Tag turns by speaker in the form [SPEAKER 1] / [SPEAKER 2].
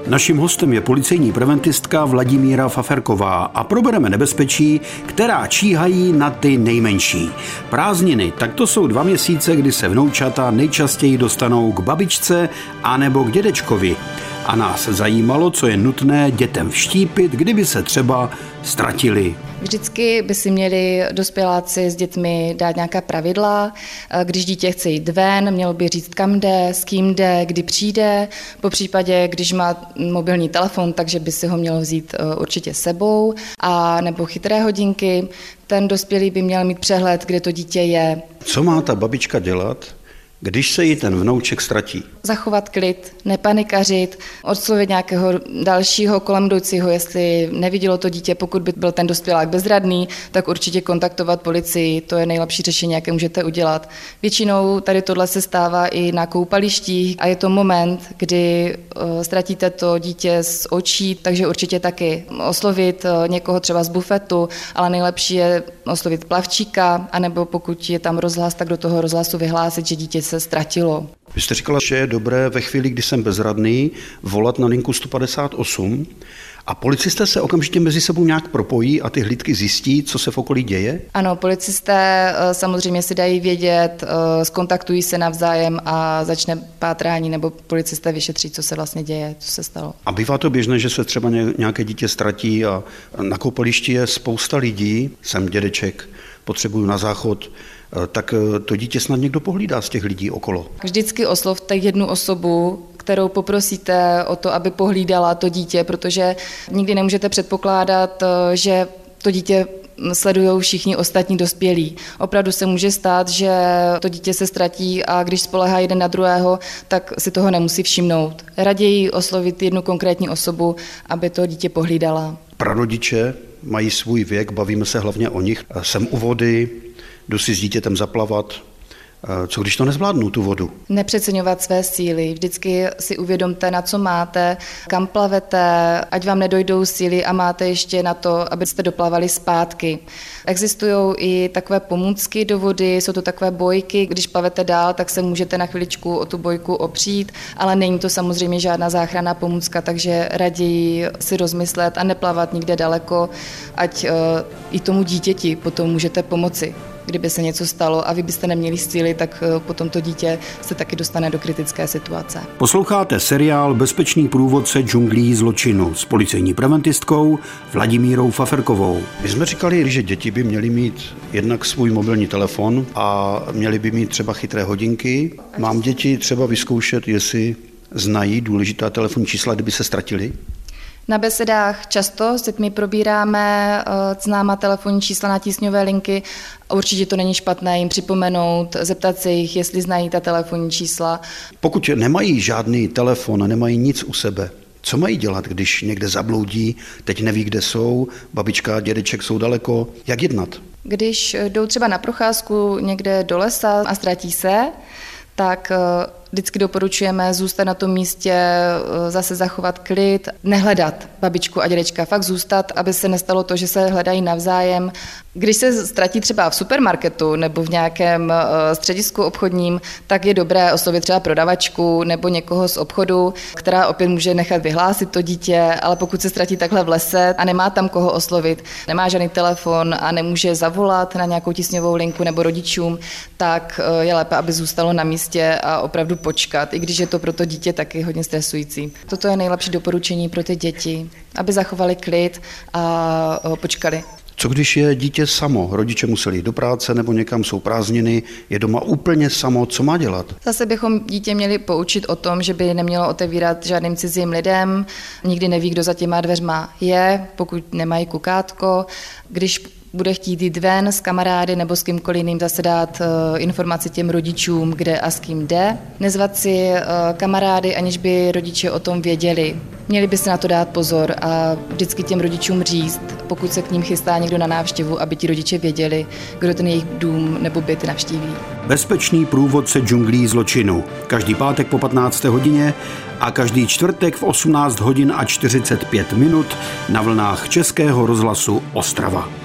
[SPEAKER 1] Naším hostem je policejní preventistka Vladimíra Faferková a probereme nebezpečí, která číhají na ty nejmenší. Prázdniny, tak to jsou 2 měsíce, kdy se vnoučata nejčastěji dostanou k babičce anebo k dědečkovi. A nás zajímalo, co je nutné dětem vštípit, kdyby se třeba ztratili.
[SPEAKER 2] Vždycky by si měli dospěláci s dětmi dát nějaká pravidla. Když dítě chce jít ven, mělo by říct, kam jde, s kým jde, kdy přijde. Po případě, když má mobilní telefon, takže by si ho mělo vzít určitě sebou. A nebo chytré hodinky. Ten dospělý by měl mít přehled, kde to dítě je.
[SPEAKER 1] Co má ta babička dělat, když se jí ten vnouček ztratí?
[SPEAKER 2] Zachovat klid, nepanikařit, oslovit nějakého dalšího kolem jdoucího, jestli nevidělo to dítě, pokud by byl ten dospělák bezradný, tak určitě kontaktovat policii, to je nejlepší řešení, jaké můžete udělat. Většinou tady tohle se stává i na koupalištích a je to moment, kdy ztratíte to dítě z očí, takže určitě taky oslovit někoho třeba z bufetu, ale nejlepší je oslovit plavčíka, anebo pokud je tam rozhlas, tak do toho rozhlasu vyhlásit, že dítě se ztratilo.
[SPEAKER 1] Vy jste říkala, že je dobré ve chvíli, kdy jsem bezradný, volat na linku 158 a policisté se okamžitě mezi sebou nějak propojí a ty hlídky zjistí, co se v okolí děje?
[SPEAKER 2] Ano, policisté samozřejmě si dají vědět, zkontaktují se navzájem a začne pátrání nebo policisté vyšetří, co se vlastně děje, co se stalo.
[SPEAKER 1] A bývá to běžné, že se třeba nějaké dítě ztratí a na koupališti je spousta lidí, jsem dědeček, potřebuju na záchod, tak to dítě snad někdo pohlídá z těch lidí okolo.
[SPEAKER 2] Vždycky oslovte jednu osobu, kterou poprosíte o to, aby pohlídala to dítě, protože nikdy nemůžete předpokládat, že to dítě sledují všichni ostatní dospělí. Opravdu se může stát, že to dítě se ztratí a když spolehá jeden na druhého, tak si toho nemusí všimnout. Raději oslovit jednu konkrétní osobu, aby to dítě pohlídala.
[SPEAKER 1] Prarodiče mají svůj věk, bavíme se hlavně o nich. Jsem u vody, jdu si s dítětem zaplavat. Co když to nezvládnu, tu vodu?
[SPEAKER 2] Nepřeceňovat své síly. Vždycky si uvědomte, na co máte, kam plavete, ať vám nedojdou síly a máte ještě na to, abyste doplavali zpátky. Existují i takové pomůcky do vody, jsou to takové bojky, když plavete dál, tak se můžete na chviličku o tu bojku opřít, ale není to samozřejmě žádná záchranná pomůcka, takže raději si rozmyslet a neplavat nikde daleko, ať i tomu dítěti potom můžete pomoci. Kdyby se něco stalo a vy byste neměli síly, tak potom to dítě se taky dostane do kritické situace.
[SPEAKER 1] Posloucháte seriál Bezpečný průvodce džunglí zločinu s policejní preventistkou Vladimírou Faferkovou. My jsme říkali, že děti by měly mít jednak svůj mobilní telefon a měly by mít třeba chytré hodinky. Mám děti třeba vyzkoušet, jestli znají důležitá telefonní čísla, kdyby se ztratili?
[SPEAKER 2] Na besedách často s dětmi probíráme známá telefonní čísla na tísňové linky. Určitě to není špatné jim připomenout, zeptat se jich, jestli znají ta telefonní čísla.
[SPEAKER 1] Pokud nemají žádný telefon a nemají nic u sebe, co mají dělat, když někde zabloudí, teď neví, kde jsou, babička a dědeček jsou daleko, jak jednat?
[SPEAKER 2] Když jdou třeba na procházku někde do lesa a ztratí se, tak vždycky doporučujeme zůstat na tom místě, zase zachovat klid, nehledat babičku a dědečka, fakt zůstat, aby se nestalo to, že se hledají navzájem. Když se ztratí třeba v supermarketu nebo v nějakém středisku obchodním, tak je dobré oslovit třeba prodavačku nebo někoho z obchodu, která opět může nechat vyhlásit to dítě, ale pokud se ztratí takhle v lese a nemá tam koho oslovit, nemá žádný telefon a nemůže zavolat na nějakou tísňovou linku nebo rodičům, tak je lépe, aby zůstalo na místě a opravdu počkat, i když je to pro to dítě taky hodně stresující. Toto je nejlepší doporučení pro ty děti, aby zachovali klid a počkali.
[SPEAKER 1] Co když je dítě samo? Rodiče museli jít do práce nebo někam, jsou prázdniny, je doma úplně samo, co má dělat?
[SPEAKER 2] Zase bychom dítě měli poučit o tom, že by nemělo otevírat žádným cizím lidem, nikdy neví, kdo za těma dveřma je, pokud nemají kukátko. Když bude chtít jít ven s kamarády nebo s kýmkoliv jiným, zase dát informaci těm rodičům, kde a s kým jde. Nezvat si kamarády, aniž by rodiče o tom věděli. Měli by se na to dát pozor a vždycky těm rodičům říct, pokud se k ním chystá někdo na návštěvu, aby ti rodiče věděli, kdo ten jejich dům nebo byt navštíví.
[SPEAKER 1] Bezpečný průvodce džunglí zločinu. Každý pátek po 15. hodině a každý čtvrtek v 18 hodin a 45 minut na vlnách Českého rozhlasu Ostrava.